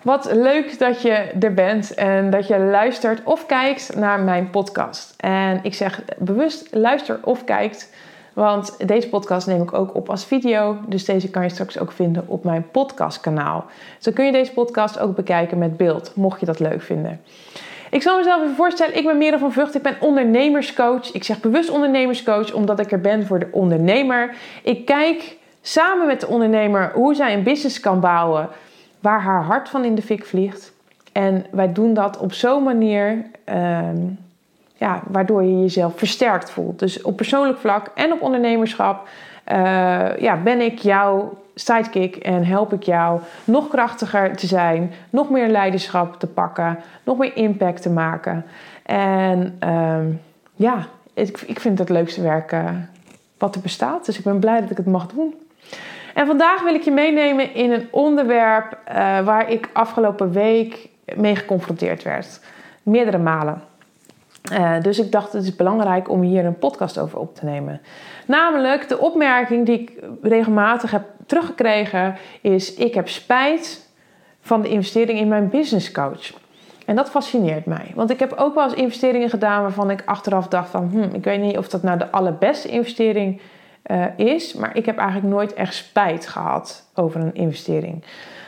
Wat leuk dat je er bent en dat je luistert of kijkt naar mijn podcast. En ik zeg bewust luister of kijkt, want deze podcast neem ik ook op als video. Dus deze kan je straks ook vinden op mijn podcastkanaal. Zo kun je deze podcast ook bekijken met beeld, mocht je dat leuk vinden. Ik zal mezelf even voorstellen, ik ben Merel van Vught, ik ben ondernemerscoach. Ik zeg bewust ondernemerscoach, omdat ik er ben voor de ondernemer. Ik kijk samen met de ondernemer hoe zij een business kan bouwen waar haar hart van in de fik vliegt. En wij doen dat op zo'n manier waardoor je jezelf versterkt voelt. Dus op persoonlijk vlak en op ondernemerschap ben ik jouw sidekick en help ik jou nog krachtiger te zijn, nog meer leiderschap te pakken, nog meer impact te maken. En ik vind het het leukste werk wat er bestaat. Dus ik ben blij dat ik het mag doen. En vandaag wil ik je meenemen in een onderwerp waar ik afgelopen week mee geconfronteerd werd. Meerdere malen. Dus ik dacht, het is belangrijk om hier een podcast over op te nemen. Namelijk, de opmerking die ik regelmatig heb teruggekregen is: ik heb spijt van de investering in mijn business coach. En dat fascineert mij. Want ik heb ook wel eens investeringen gedaan waarvan ik achteraf dacht van, ik weet niet of dat nou de allerbeste investering is. Maar ik heb eigenlijk nooit echt spijt gehad over een investering.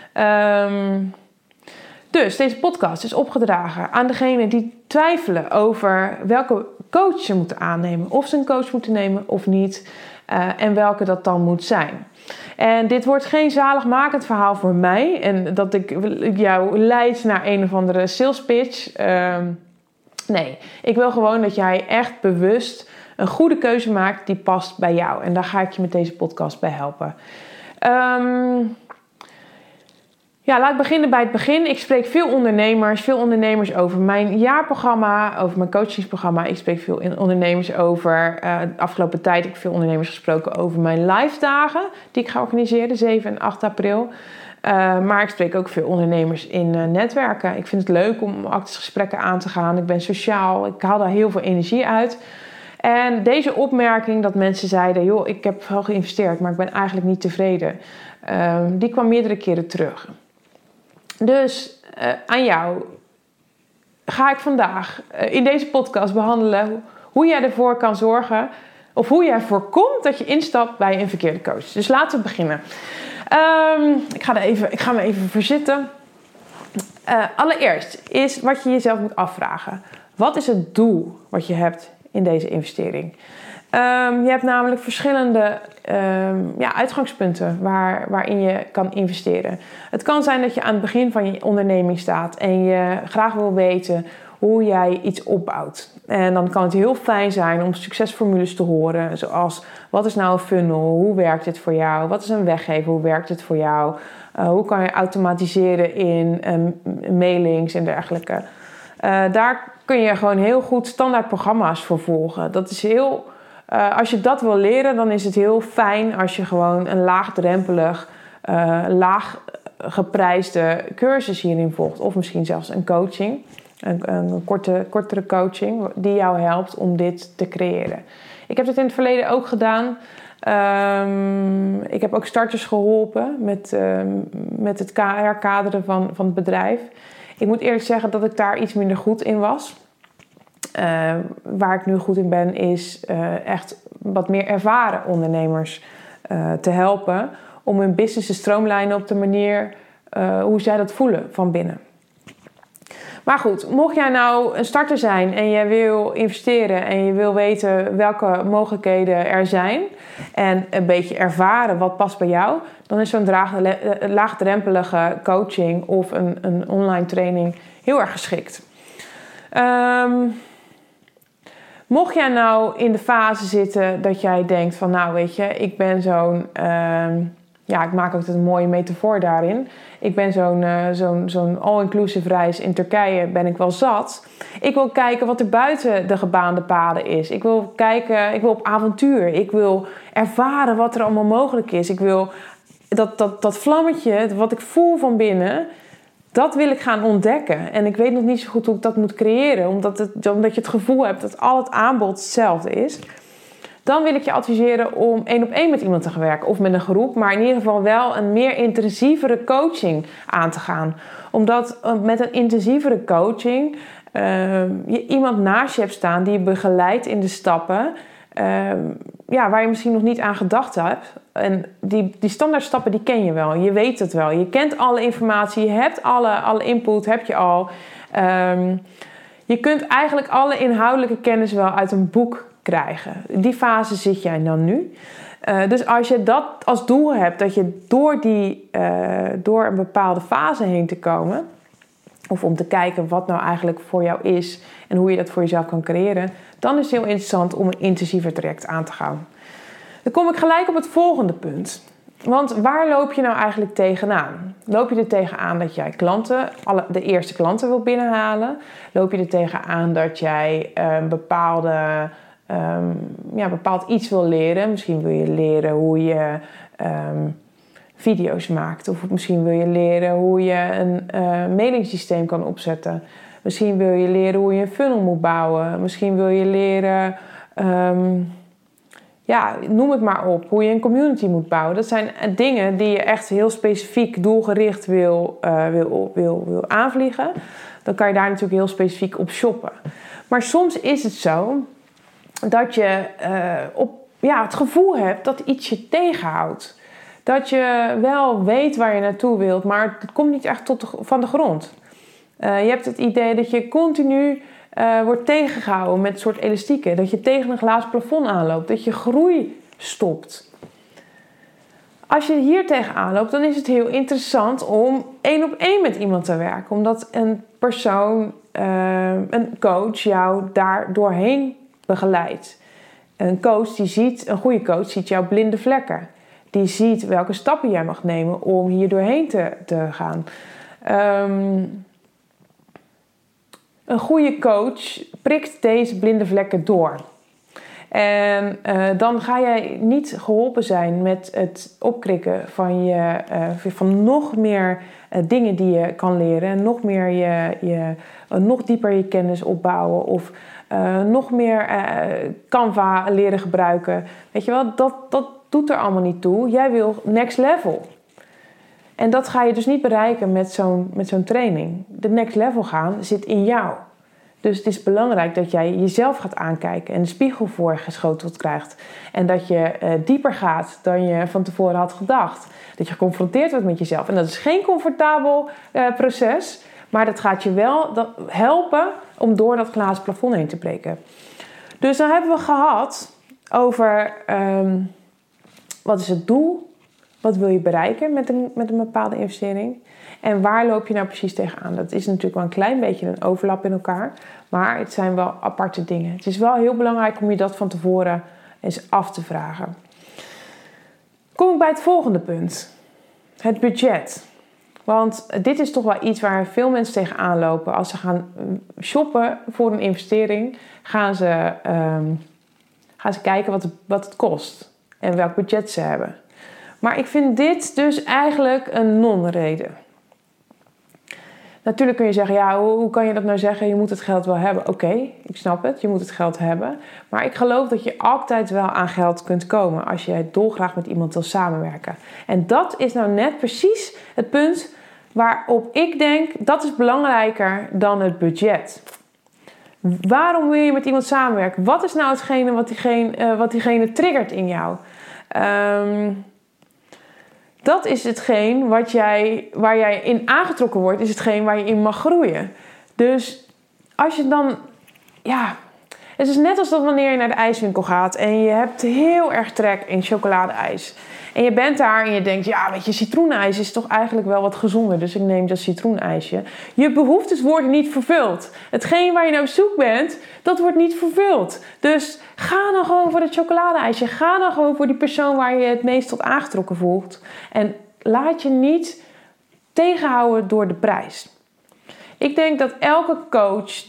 Dus deze podcast is opgedragen aan degenen die twijfelen over welke coach ze moeten aannemen. Of ze een coach moeten nemen of niet. En welke dat dan moet zijn. En dit wordt geen zaligmakend verhaal voor mij. En dat ik jou leid naar een of andere sales pitch. Nee, ik wil gewoon dat jij echt bewust een goede keuze maakt die past bij jou. En daar ga ik je met deze podcast bij helpen. Laat ik beginnen bij het begin. Ik spreek veel ondernemers over mijn jaarprogramma, over mijn coachingsprogramma. Ik spreek veel ondernemers over, de afgelopen tijd heb ik veel ondernemers gesproken over mijn live dagen die ik ga organiseren, 7 en 8 april. Maar ik spreek ook veel ondernemers in netwerken. Ik vind het leuk om gesprekken aan te gaan. Ik ben sociaal, ik haal daar heel veel energie uit. En deze opmerking dat mensen zeiden, joh, ik heb wel geïnvesteerd, maar ik ben eigenlijk niet tevreden. Die kwam meerdere keren terug. Dus aan jou ga ik vandaag in deze podcast behandelen hoe jij ervoor kan zorgen, of hoe jij voorkomt dat je instapt bij een verkeerde coach. Dus laten we beginnen. Ik ga me even verzitten. Allereerst is wat je jezelf moet afvragen. Wat is het doel wat je hebt in deze investering? Je hebt namelijk verschillende uitgangspunten waarin je kan investeren. Het kan zijn dat je aan het begin van je onderneming staat en je graag wil weten hoe jij iets opbouwt. En dan kan het heel fijn zijn om succesformules te horen, zoals wat is nou een funnel, hoe werkt dit voor jou, wat is een weggever, hoe werkt het voor jou, hoe kan je automatiseren in mailings en dergelijke. Daar kun je gewoon heel goed standaard programma's voor volgen. Dat is heel... als je dat wil leren, dan is het heel fijn als je gewoon een laagdrempelig, laag geprijsde cursus hierin volgt. Of misschien zelfs een coaching, een kortere coaching die jou helpt om dit te creëren. Ik heb dit in het verleden ook gedaan. Ik heb ook starters geholpen met het herkaderen van het bedrijf. Ik moet eerlijk zeggen dat ik daar iets minder goed in was. Waar ik nu goed in ben is echt wat meer ervaren ondernemers te helpen om hun business te stroomlijnen op de manier hoe zij dat voelen van binnen. Maar goed, mocht jij nou een starter zijn en je wil investeren en je wil weten welke mogelijkheden er zijn en een beetje ervaren wat past bij jou, dan is zo'n laagdrempelige coaching of een online training heel erg geschikt. Mocht jij nou in de fase zitten dat jij denkt van nou weet je, ik ben zo'n... ik maak ook een mooie metafoor daarin. Ik ben zo'n all-inclusive reis in Turkije ben ik wel zat. Ik wil kijken wat er buiten de gebaande paden is. Ik wil op avontuur. Ik wil ervaren wat er allemaal mogelijk is. Ik wil dat vlammetje, wat ik voel van binnen, dat wil ik gaan ontdekken. En ik weet nog niet zo goed hoe ik dat moet creëren. Omdat je het gevoel hebt dat al het aanbod hetzelfde is. dan wil ik je adviseren om 1-op-1 met iemand te gaan werken. Of met een groep, maar in ieder geval wel een meer intensievere coaching aan te gaan. Omdat met een intensievere coaching je iemand naast je hebt staan die je begeleidt in de stappen waar je misschien nog niet aan gedacht hebt. En die standaard stappen, die ken je wel. Je weet het wel. Je kent alle informatie. Je hebt alle input, heb je al. Je kunt eigenlijk alle inhoudelijke kennis wel uit een boek krijgen. Die fase zit jij dan nu. Dus als je dat als doel hebt, dat je door een bepaalde fase heen te komen, of om te kijken wat nou eigenlijk voor jou is en hoe je dat voor jezelf kan creëren, dan is het heel interessant om een intensiever traject aan te gaan. Dan kom ik gelijk op het volgende punt. Want waar loop je nou eigenlijk tegenaan? Loop je er tegenaan dat jij de eerste klanten wil binnenhalen? Loop je er tegenaan dat jij bepaald iets wil leren? Misschien wil je leren hoe je video's maakt. Of misschien wil je leren hoe je een mailingsysteem kan opzetten. Misschien wil je leren hoe je een funnel moet bouwen. Misschien wil je leren, noem het maar op, hoe je een community moet bouwen. Dat zijn dingen die je echt heel specifiek doelgericht wil aanvliegen. Dan kan je daar natuurlijk heel specifiek op shoppen. Maar soms is het zo dat je het gevoel hebt dat iets je tegenhoudt. Dat je wel weet waar je naartoe wilt, maar het komt niet echt van de grond. Je hebt het idee dat je continu wordt tegengehouden met een soort elastieken. Dat je tegen een glazen plafond aanloopt. Dat je groei stopt. Als je hier tegenaan loopt, dan is het heel interessant om 1-op-1 met iemand te werken. Omdat een persoon, een coach, jou daar doorheen begeleidt. Een goede coach ziet jouw blinde vlekken. Die ziet welke stappen jij mag nemen om hier doorheen te gaan. Een goede coach prikt deze blinde vlekken door. En dan ga jij niet geholpen zijn met het opkrikken van nog meer dingen die je kan leren. Nog meer nog dieper je kennis opbouwen. Of nog meer Canva leren gebruiken. Weet je wel, dat doet er allemaal niet toe. Jij wil next level. En dat ga je dus niet bereiken met zo'n training. De next level gaan zit in jou. Dus het is belangrijk dat jij jezelf gaat aankijken en de spiegel voorgeschoteld krijgt. En dat je dieper gaat dan je van tevoren had gedacht. Dat je geconfronteerd wordt met jezelf. En dat is geen comfortabel proces, maar dat gaat je wel helpen om door dat glazen plafond heen te breken. Dus dan hebben we gehad over wat is het doel? Wat wil je bereiken met een bepaalde investering? En waar loop je nou precies tegenaan? Dat is natuurlijk wel een klein beetje een overlap in elkaar. Maar het zijn wel aparte dingen. Het is wel heel belangrijk om je dat van tevoren eens af te vragen. Kom ik bij het volgende punt. Het budget. Want dit is toch wel iets waar veel mensen tegenaan lopen. Als ze gaan shoppen voor een investering, gaan ze kijken wat het kost. En welk budget ze hebben. Maar ik vind dit dus eigenlijk een non-reden. Natuurlijk kun je zeggen, ja, hoe kan je dat nou zeggen? Je moet het geld wel hebben. Oké, ik snap het, je moet het geld hebben. Maar ik geloof dat je altijd wel aan geld kunt komen als je dolgraag met iemand wil samenwerken. En dat is nou net precies het punt waarop ik denk, dat is belangrijker dan het budget. Waarom wil je met iemand samenwerken? Wat is nou hetgene wat diegene triggert in jou? Dat is hetgeen waar jij in aangetrokken wordt, is hetgeen waar je in mag groeien. Dus als je dan, het is net als dat wanneer je naar de ijswinkel gaat en je hebt heel erg trek in chocoladeijs. En je bent daar en je denkt, ja, weet je, citroenijs is toch eigenlijk wel wat gezonder. Dus ik neem dat citroenijsje. Je behoeftes worden niet vervuld. Hetgeen waar je naar op zoek bent, dat wordt niet vervuld. Dus ga dan gewoon voor het chocoladeijsje. Ga dan gewoon voor die persoon waar je het meest tot aangetrokken voelt. En laat je niet tegenhouden door de prijs. Ik denk dat elke coach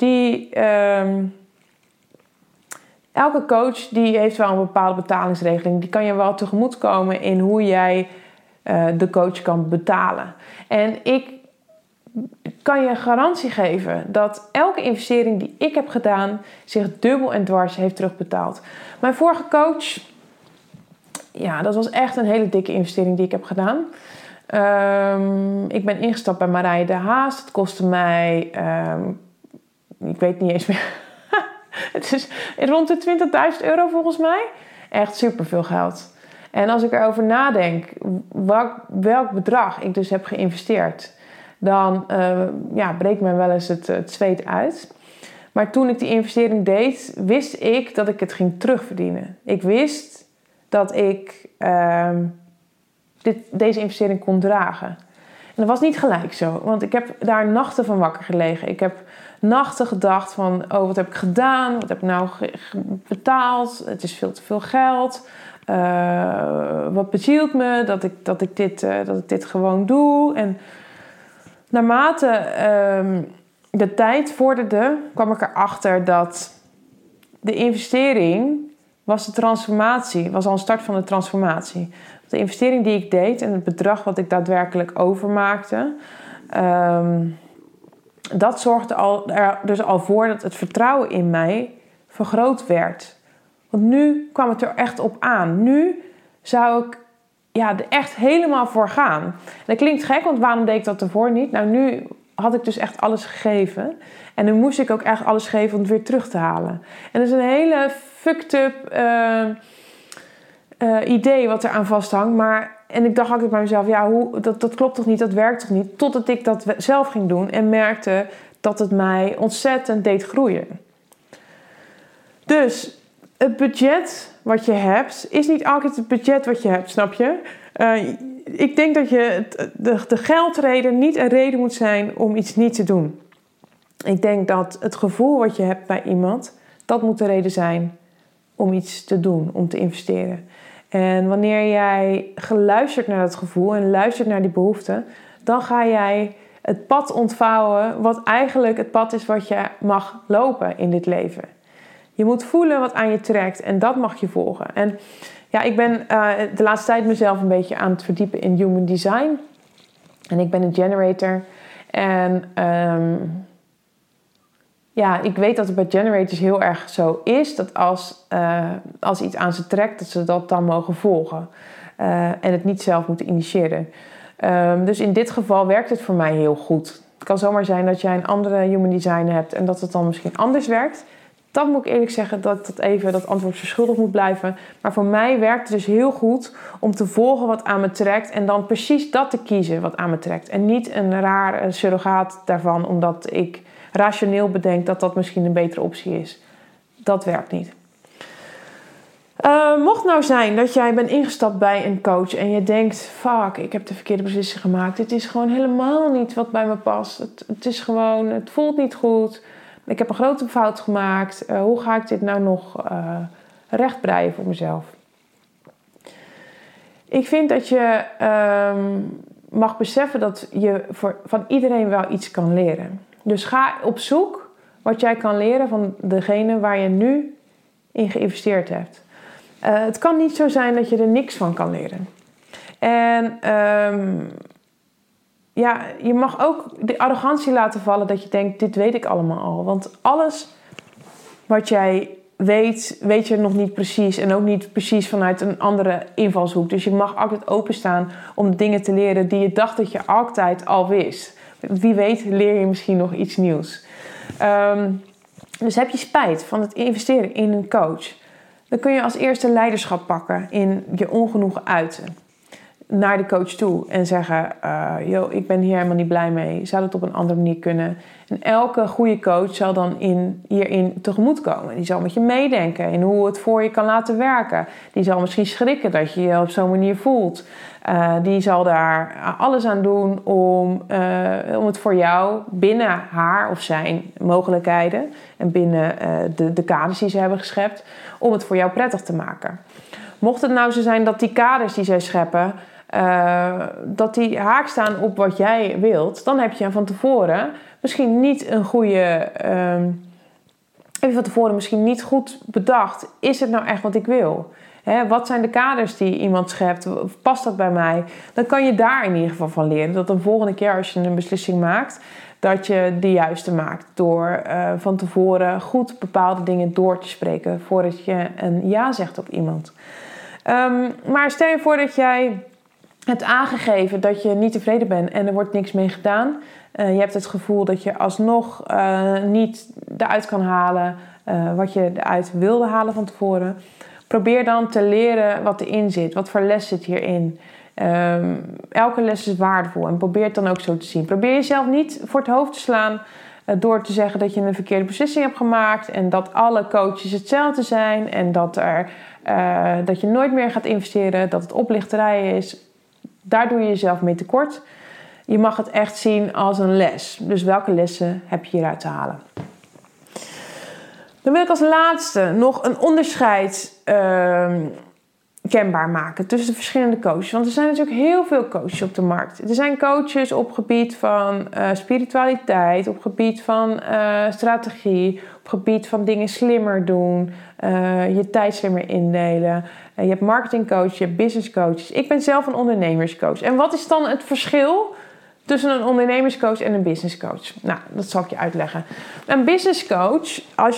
die heeft wel een bepaalde betalingsregeling. Die kan je wel tegemoetkomen in hoe jij de coach kan betalen. En kan je garantie geven dat elke investering die ik heb gedaan zich dubbel en dwars heeft terugbetaald. Mijn vorige coach, ja, dat was echt een hele dikke investering die ik heb gedaan. Ik ben ingestapt bij Marije de Haas. Het kostte mij, ik weet niet eens meer, het is rond de €20.000 volgens mij. Echt superveel geld. En als ik erover nadenk welk bedrag ik dus heb geïnvesteerd, dan breekt me wel eens het zweet uit. Maar toen ik die investering deed, wist ik dat ik het ging terugverdienen. Ik wist dat ik deze investering kon dragen. En dat was niet gelijk zo, want ik heb daar nachten van wakker gelegen. Ik heb nachten gedacht van, wat heb ik gedaan? Wat heb ik nou betaald? Het is veel te veel geld. Wat bezielt me dat ik dit gewoon doe? En naarmate de tijd vorderde, kwam ik erachter dat de investering was de transformatie, was al een start van de transformatie. De investering die ik deed en het bedrag wat ik daadwerkelijk overmaakte, dat zorgde er dus al voor dat het vertrouwen in mij vergroot werd. Want nu kwam het er echt op aan. Nu zou ik er echt helemaal voor gaan. En dat klinkt gek, want waarom deed ik dat ervoor niet? Nou, nu had ik dus echt alles gegeven. En nu moest ik ook echt alles geven om het weer terug te halen. En dat is een hele fucked up idee wat er aan vasthangt. En ik dacht altijd bij mezelf, dat klopt toch niet, dat werkt toch niet? Totdat ik dat zelf ging doen en merkte dat het mij ontzettend deed groeien. Dus het budget wat je hebt, is niet altijd het budget wat je hebt, snap je? Ik denk dat de geldreden niet een reden moet zijn om iets niet te doen. Ik denk dat het gevoel wat je hebt bij iemand, dat moet de reden zijn om iets te doen, om te investeren. En wanneer jij geluisterd naar dat gevoel en luistert naar die behoeften, dan ga jij het pad ontvouwen wat eigenlijk het pad is wat je mag lopen in dit leven. Je moet voelen wat aan je trekt en dat mag je volgen. En ik ben de laatste tijd mezelf een beetje aan het verdiepen in human design. En ik ben een generator. En ik weet dat het bij generators heel erg zo is dat als iets aan ze trekt, dat ze dat dan mogen volgen. En het niet zelf moeten initiëren. Dus in dit geval werkt het voor mij heel goed. Het kan zomaar zijn dat jij een andere human design hebt en dat het dan misschien anders werkt. Dan moet ik eerlijk zeggen dat dat antwoord verschuldigd moet blijven. Maar voor mij werkt het dus heel goed om te volgen wat aan me trekt en dan precies dat te kiezen wat aan me trekt. En niet een raar surrogaat daarvan, omdat ik rationeel bedenk dat dat misschien een betere optie is. Dat werkt niet. Mocht nou zijn dat jij bent ingestapt bij een coach en je denkt, fuck, ik heb de verkeerde beslissing gemaakt. Dit is gewoon helemaal niet wat bij me past. Het voelt niet goed. Ik heb een grote fout gemaakt. Hoe ga ik dit nou nog rechtbreien voor mezelf? Ik vind dat je mag beseffen dat je van iedereen wel iets kan leren. Dus ga op zoek wat jij kan leren van degene waar je nu in geïnvesteerd hebt. Het kan niet zo zijn dat je er niks van kan leren. En je mag ook de arrogantie laten vallen dat je denkt, dit weet ik allemaal al. Want alles wat jij weet je nog niet precies. En ook niet precies vanuit een andere invalshoek. Dus je mag altijd openstaan om dingen te leren die je dacht dat je altijd al wist. Wie weet leer je misschien nog iets nieuws. Dus heb je spijt van het investeren in een coach, dan kun je als eerste leiderschap pakken in je ongenoegen uiten naar de coach toe en zeggen, ik ben hier helemaal niet blij mee. Zou het op een andere manier kunnen? En elke goede coach zal dan hierin tegemoet komen. Die zal met je meedenken in hoe het voor je kan laten werken. Die zal misschien schrikken dat je je op zo'n manier voelt. Die zal daar alles aan doen om het voor jou binnen haar of zijn mogelijkheden en binnen de kaders die ze hebben geschept, om het voor jou prettig te maken. Mocht het nou zo zijn dat die kaders die zij scheppen, dat die haak staan op wat jij wilt, dan heb je van tevoren misschien niet een goede, heb je van tevoren misschien niet goed bedacht, is het nou echt wat ik wil? Wat zijn de kaders die iemand schept? Past dat bij mij? Dan kan je daar in ieder geval van leren. Dat de volgende keer als je een beslissing maakt, dat je de juiste maakt. Door van tevoren goed bepaalde dingen door te spreken voordat je een ja zegt op iemand. Maar stel je voor dat jij hebt aangegeven dat je niet tevreden bent en er wordt niks mee gedaan. Je hebt het gevoel dat je alsnog niet eruit kan halen wat je eruit wilde halen van tevoren. Probeer dan te leren wat erin zit. Wat voor les zit hierin? Elke les is waardevol en probeer het dan ook zo te zien. Probeer jezelf niet voor het hoofd te slaan door te zeggen dat je een verkeerde beslissing hebt gemaakt en dat alle coaches hetzelfde zijn en dat je nooit meer gaat investeren, dat het oplichterij is. Daar doe je jezelf mee tekort. Je mag het echt zien als een les. Dus welke lessen heb je hieruit te halen? Dan wil ik als laatste nog een onderscheid kenbaar maken tussen de verschillende coaches. Want er zijn natuurlijk heel veel coaches op de markt. Er zijn coaches op gebied van spiritualiteit, op gebied van strategie, op gebied van dingen slimmer doen, je tijd slimmer indelen. Je hebt marketingcoaches, je hebt business coaches. Ik ben zelf een ondernemerscoach. En wat is dan het verschil tussen een ondernemerscoach en een businesscoach? Nou, dat zal ik je uitleggen. Een businesscoach,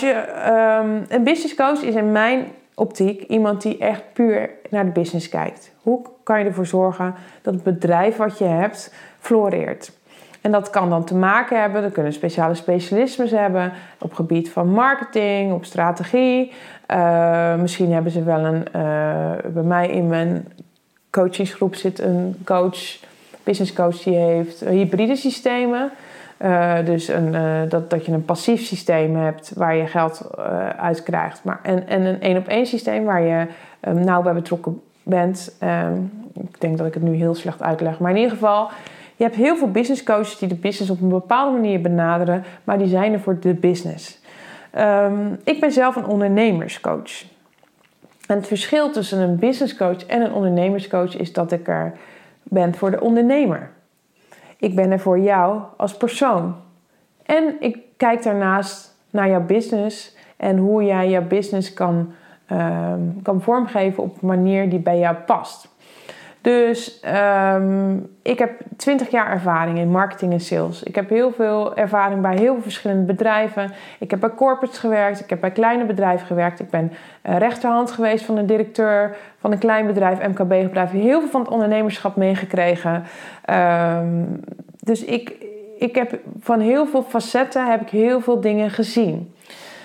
een businesscoach is in mijn optiek iemand die echt puur naar de business kijkt. Hoe kan je ervoor zorgen dat het bedrijf wat je hebt floreert? En dat kan dan te maken hebben, dat kunnen speciale specialismes hebben op gebied van marketing, op strategie. Misschien hebben ze wel bij mij in mijn coachingsgroep zit een business coach die heeft hybride systemen. Dus dat je een passief systeem hebt waar je geld uit krijgt. En een 1-op-1 systeem waar je nauw bij betrokken bent. Ik denk dat ik het nu heel slecht uitleg. Maar in ieder geval, je hebt heel veel business coaches die de business op een bepaalde manier benaderen. Maar die zijn er voor de business. Ik ben zelf een ondernemerscoach. En het verschil tussen een business coach en een ondernemerscoach is dat ik er ben voor de ondernemer. Ik ben er voor jou als persoon. En ik kijk daarnaast naar jouw business en hoe jij jouw business kan vormgeven op een manier die bij jou past. Dus ik heb 20 jaar ervaring in marketing en sales. Ik heb heel veel ervaring bij heel veel verschillende bedrijven. Ik heb bij corporates gewerkt. Ik heb bij kleine bedrijven gewerkt. Ik ben rechterhand geweest van een directeur van een klein bedrijf, MKB-bedrijf. Heel veel van het ondernemerschap meegekregen. Dus ik heb van heel veel facetten heb ik heel veel dingen gezien.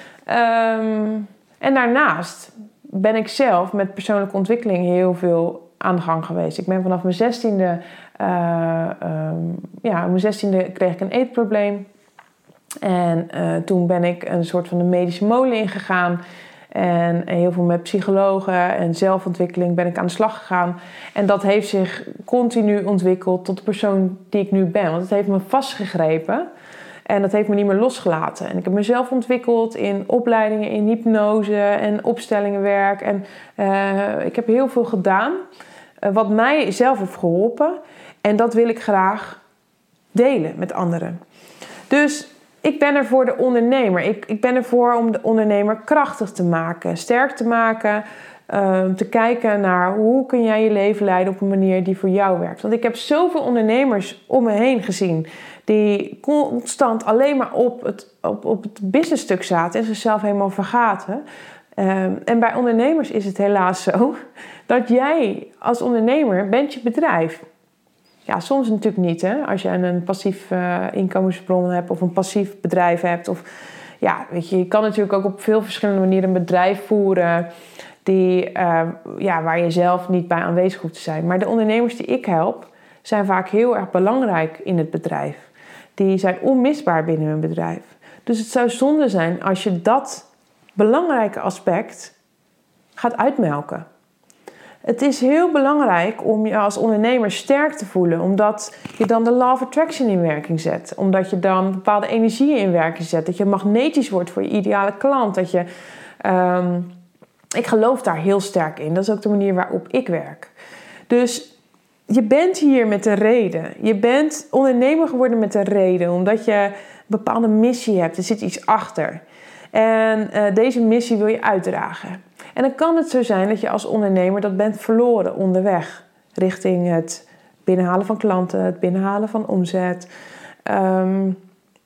En daarnaast ben ik zelf met persoonlijke ontwikkeling heel veel aan de gang geweest. Ik ben vanaf mijn 16e... op mijn 16e kreeg ik een eetprobleem. En toen ben ik een soort van de medische molen ingegaan. En heel veel met psychologen en zelfontwikkeling ben ik aan de slag gegaan. En dat heeft zich continu ontwikkeld tot de persoon die ik nu ben. Want het heeft me vastgegrepen. En dat heeft me niet meer losgelaten. En ik heb mezelf ontwikkeld in opleidingen, in hypnose en opstellingenwerk. En ik heb heel veel gedaan wat mij zelf heeft geholpen. En dat wil ik graag delen met anderen. Dus ik ben er voor de ondernemer. Ik ben ervoor om de ondernemer krachtig te maken, sterk te maken. Te kijken naar hoe kun jij je leven leiden op een manier die voor jou werkt. Want ik heb zoveel ondernemers om me heen gezien die constant alleen maar op het businessstuk zaten en zichzelf helemaal vergaten. En bij ondernemers is het helaas zo dat jij als ondernemer bent je bedrijf. Ja, soms natuurlijk niet. Hè? Als je een passief inkomensbron hebt of een passief bedrijf hebt. Of, ja, weet je kan natuurlijk ook op veel verschillende manieren een bedrijf voeren waar je zelf niet bij aanwezig hoeft te zijn. Maar de ondernemers die ik help zijn vaak heel erg belangrijk in het bedrijf. Die zijn onmisbaar binnen hun bedrijf. Dus het zou zonde zijn als je dat belangrijke aspect gaat uitmelken. Het is heel belangrijk om je als ondernemer sterk te voelen. Omdat je dan de law of attraction in werking zet. Omdat je dan bepaalde energieën in werking zet. Dat je magnetisch wordt voor je ideale klant. Dat je, ik geloof daar heel sterk in. Dat is ook de manier waarop ik werk. Dus je bent hier met een reden. Je bent ondernemer geworden met een reden. Omdat je een bepaalde missie hebt. Er zit iets achter. En deze missie wil je uitdragen. En dan kan het zo zijn dat je als ondernemer dat bent verloren onderweg. Richting het binnenhalen van klanten, het binnenhalen van omzet.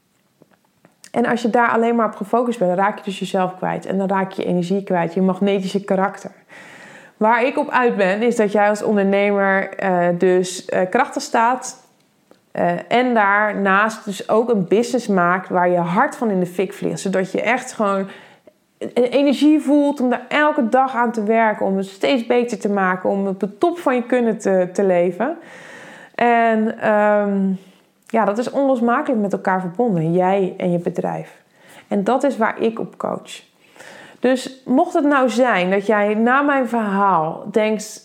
En als je daar alleen maar op gefocust bent, dan raak je dus jezelf kwijt. En dan raak je energie kwijt, je magnetische karakter. Waar ik op uit ben, is dat jij als ondernemer dus krachtig staat. En daarnaast dus ook een business maakt waar je hart van in de fik vliegt. Zodat je echt gewoon energie voelt om daar elke dag aan te werken. Om het steeds beter te maken. Om op de top van je kunnen te leven. En dat is onlosmakelijk met elkaar verbonden. Jij en je bedrijf. En dat is waar ik op coach. Dus mocht het nou zijn dat jij na mijn verhaal denkt...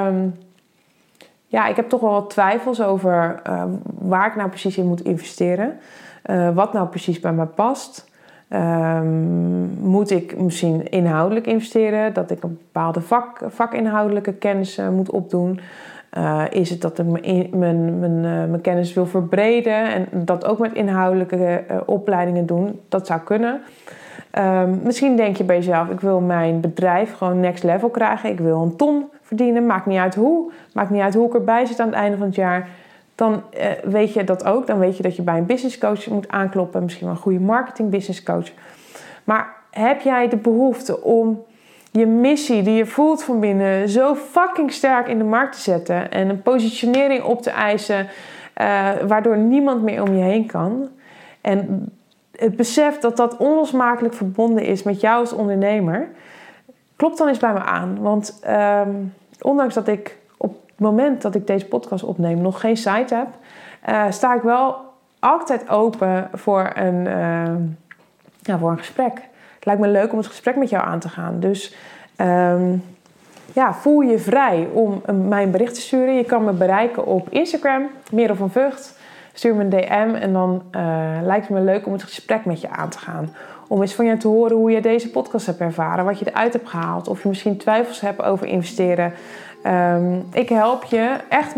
ik heb toch wel wat twijfels over waar ik nou precies in moet investeren. Wat nou precies bij mij past. Moet ik misschien inhoudelijk investeren? Dat ik een bepaalde vakinhoudelijke kennis moet opdoen? Is het dat ik mijn kennis wil verbreden en dat ook met inhoudelijke opleidingen doen? Dat zou kunnen. Misschien denk je bij jezelf, ik wil mijn bedrijf gewoon next level krijgen. Ik wil een ton verdienen, maakt niet uit hoe. Maakt niet uit hoe ik erbij zit aan het einde van het jaar. Dan weet je dat ook. Dan weet je dat je bij een business coach moet aankloppen. Misschien wel een goede marketing business coach. Maar heb jij de behoefte om je missie die je voelt van binnen zo fucking sterk in de markt te zetten en een positionering op te eisen waardoor niemand meer om je heen kan? En het besef dat dat onlosmakelijk verbonden is met jou als ondernemer, klopt dan eens bij me aan. Want ondanks dat ik op het moment dat ik deze podcast opneem nog geen site heb, sta ik wel altijd open voor een gesprek. Het lijkt me leuk om het gesprek met jou aan te gaan. Dus voel je vrij om mij een bericht te sturen. Je kan me bereiken op Instagram, Merel van Vught. Stuur me een DM en dan lijkt het me leuk om het gesprek met je aan te gaan. Om eens van je te horen hoe je deze podcast hebt ervaren. Wat je eruit hebt gehaald. Of je misschien twijfels hebt over investeren. Ik help je echt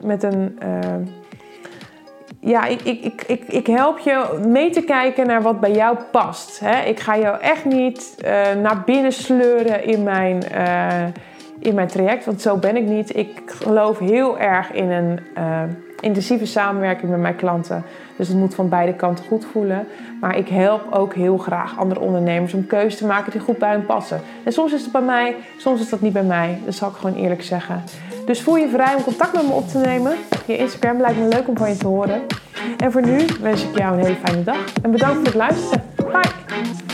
ik help je mee te kijken naar wat bij jou past. Hè? Ik ga jou echt niet naar binnen sleuren in mijn traject. Want zo ben ik niet. Ik geloof heel erg in een intensieve samenwerking met mijn klanten. Dus het moet van beide kanten goed voelen. Maar ik help ook heel graag andere ondernemers om keuzes te maken die goed bij hen passen. En soms is het bij mij, soms is dat niet bij mij. Dat zal ik gewoon eerlijk zeggen. Dus voel je vrij om contact met me op te nemen. Via Instagram lijkt me leuk om van je te horen. En voor nu wens ik jou een hele fijne dag. En bedankt voor het luisteren. Bye!